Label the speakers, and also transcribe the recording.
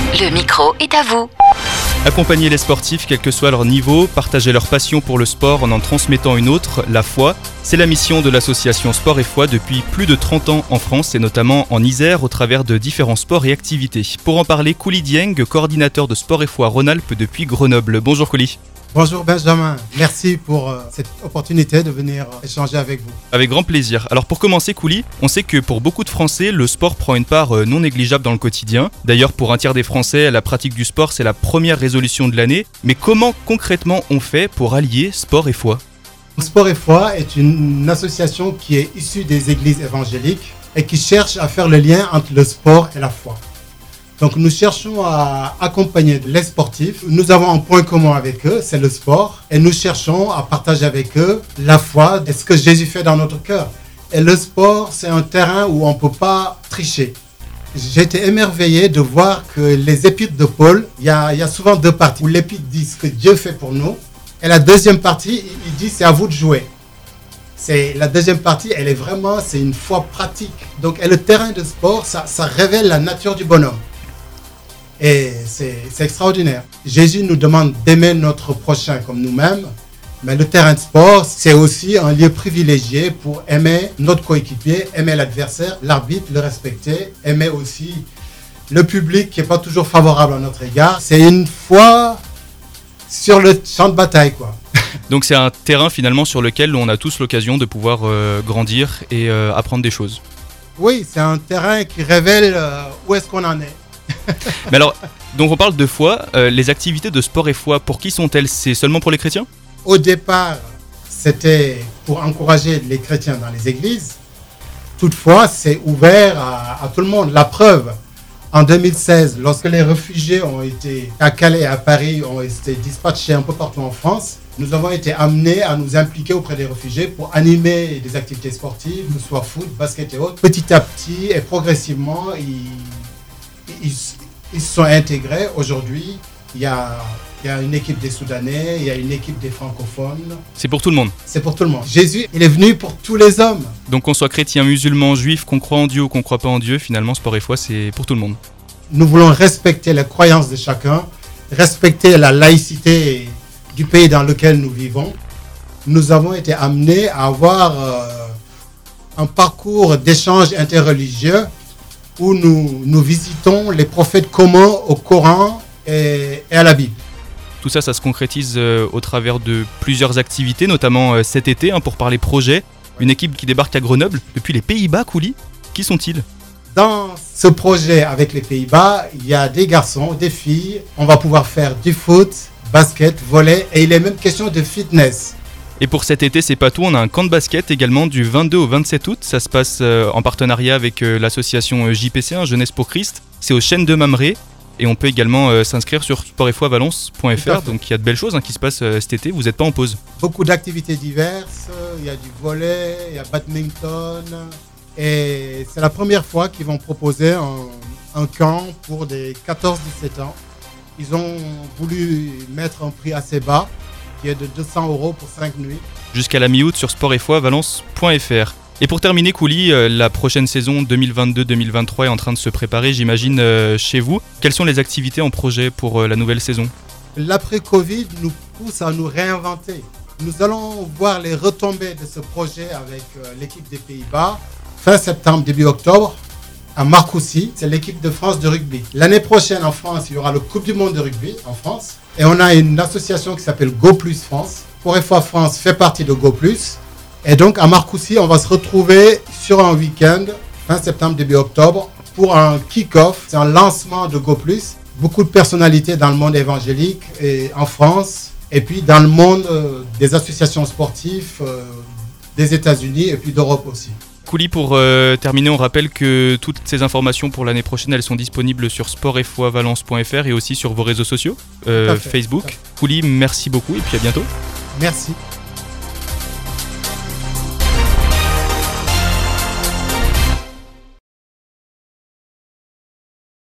Speaker 1: Le micro est à vous.
Speaker 2: Accompagner les sportifs, quel que soit leur niveau, partager leur passion pour le sport en transmettant une autre, la foi, c'est la mission de l'association Sport et Foi depuis plus de 30 ans en France et notamment en Isère au travers de différents sports et activités. Pour en parler, Kouli Dieng, coordinateur de Sport et Foi Rhône-Alpes depuis Grenoble. Bonjour Kouli.
Speaker 3: Bonjour Benjamin, merci pour cette opportunité de venir échanger avec vous.
Speaker 2: Avec grand plaisir. Alors pour commencer Kouli, on sait que pour beaucoup de Français, le sport prend une part non négligeable dans le quotidien. D'ailleurs pour un tiers des Français, la pratique du sport c'est la première résolution de l'année. Mais comment concrètement on fait pour allier sport et foi ?
Speaker 3: Sport et Foi est une association qui est issue des églises évangéliques et qui cherche à faire le lien entre le sport et la foi. Donc nous cherchons à accompagner les sportifs. Nous avons un point commun avec eux, c'est le sport. Et nous cherchons à partager avec eux la foi et ce que Jésus fait dans notre cœur. Et le sport, c'est un terrain où on ne peut pas tricher. J'ai été émerveillé de voir que les épîtres de Paul, il y a souvent deux parties où l'épître dit ce que Dieu fait pour nous. Et la deuxième partie, il dit c'est à vous de jouer. La deuxième partie, c'est une foi pratique. Donc, et le terrain de sport, ça révèle la nature du bonhomme. Et c'est extraordinaire. Jésus nous demande d'aimer notre prochain comme nous-mêmes, mais le terrain de sport, c'est aussi un lieu privilégié pour aimer notre coéquipier, aimer l'adversaire, l'arbitre, le respecter, aimer aussi le public qui n'est pas toujours favorable à notre égard. C'est une foi sur le champ de bataille, quoi.
Speaker 2: Donc c'est un terrain finalement sur lequel on a tous l'occasion de pouvoir grandir et apprendre des choses.
Speaker 3: Oui, c'est un terrain qui révèle où est-ce qu'on en est.
Speaker 2: Mais alors, donc on parle de foi, les activités de sport et foi, pour qui sont-elles ? C'est seulement pour les chrétiens ?
Speaker 3: Au départ, c'était pour encourager les chrétiens dans les églises. Toutefois, c'est ouvert à tout le monde. La preuve, en 2016, lorsque les réfugiés ont été à Calais et à Paris, ont été dispatchés un peu partout en France, nous avons été amenés à nous impliquer auprès des réfugiés pour animer des activités sportives, que ce soit foot, basket et autres. Petit à petit et progressivement, ils se sont intégrés. Aujourd'hui, il y a une équipe des Soudanais, il y a une équipe des francophones.
Speaker 2: C'est pour tout le monde.
Speaker 3: C'est pour tout le monde. Jésus, il est venu pour tous les hommes.
Speaker 2: Donc qu'on soit chrétien, musulman, juif, qu'on croit en Dieu ou qu'on ne croit pas en Dieu, finalement, sport et foi, c'est pour tout le monde.
Speaker 3: Nous voulons respecter les croyances de chacun, respecter la laïcité du pays dans lequel nous vivons. Nous avons été amenés à avoir un parcours d'échange interreligieux où nous visitons les prophètes communs au Coran et à la Bible.
Speaker 2: Tout ça, ça se concrétise au travers de plusieurs activités, notamment cet été, pour parler projet. Une équipe qui débarque à Grenoble depuis les Pays-Bas, Kouli. Qui sont-ils ?
Speaker 3: Dans ce projet avec les Pays-Bas, il y a des garçons, des filles. On va pouvoir faire du foot, basket, volley et il est même question de fitness.
Speaker 2: Et pour cet été, c'est pas tout, on a un camp de basket également du 22 au 27 août. Ça se passe en partenariat avec l'association JPC, Jeunesse pour Christ. C'est au Chêne de Mamré. Et on peut également s'inscrire sur sportetfoivalence.fr. Donc il y a de belles choses qui se passent cet été, vous n'êtes pas en pause.
Speaker 3: Beaucoup d'activités diverses, il y a du volley, il y a badminton. Et c'est la première fois qu'ils vont proposer un camp pour des 14-17 ans. Ils ont voulu mettre un prix assez bas, qui est de 200 € pour 5 nuits.
Speaker 2: Jusqu'à la mi-août sur sportetfoivalence.fr. Et pour terminer, Kouli, la prochaine saison 2022-2023 est en train de se préparer, j'imagine, chez vous. Quelles sont les activités en projet pour la nouvelle saison ?
Speaker 3: L'après-Covid nous pousse à nous réinventer. Nous allons voir les retombées de ce projet avec l'équipe des Pays-Bas. Fin septembre, début octobre, à Marcoussis, c'est l'équipe de France de rugby. L'année prochaine, en France, il y aura le Coupe du Monde de rugby en France. Et on a une association qui s'appelle Go Plus France. Sport et Foi France fait partie de Go Plus. Et donc, à Marcoussis, on va se retrouver sur un week-end, fin septembre, début octobre, pour un kick-off. C'est un lancement de Go Plus. Beaucoup de personnalités dans le monde évangélique et en France. Et puis, dans le monde des associations sportives des États-Unis et puis d'Europe aussi.
Speaker 2: Kouli, pour terminer, on rappelle que toutes ces informations pour l'année prochaine, elles sont disponibles sur sportetfoivalence.fr et aussi sur vos réseaux sociaux, Facebook. Kouli, merci beaucoup et puis à bientôt.
Speaker 3: Merci.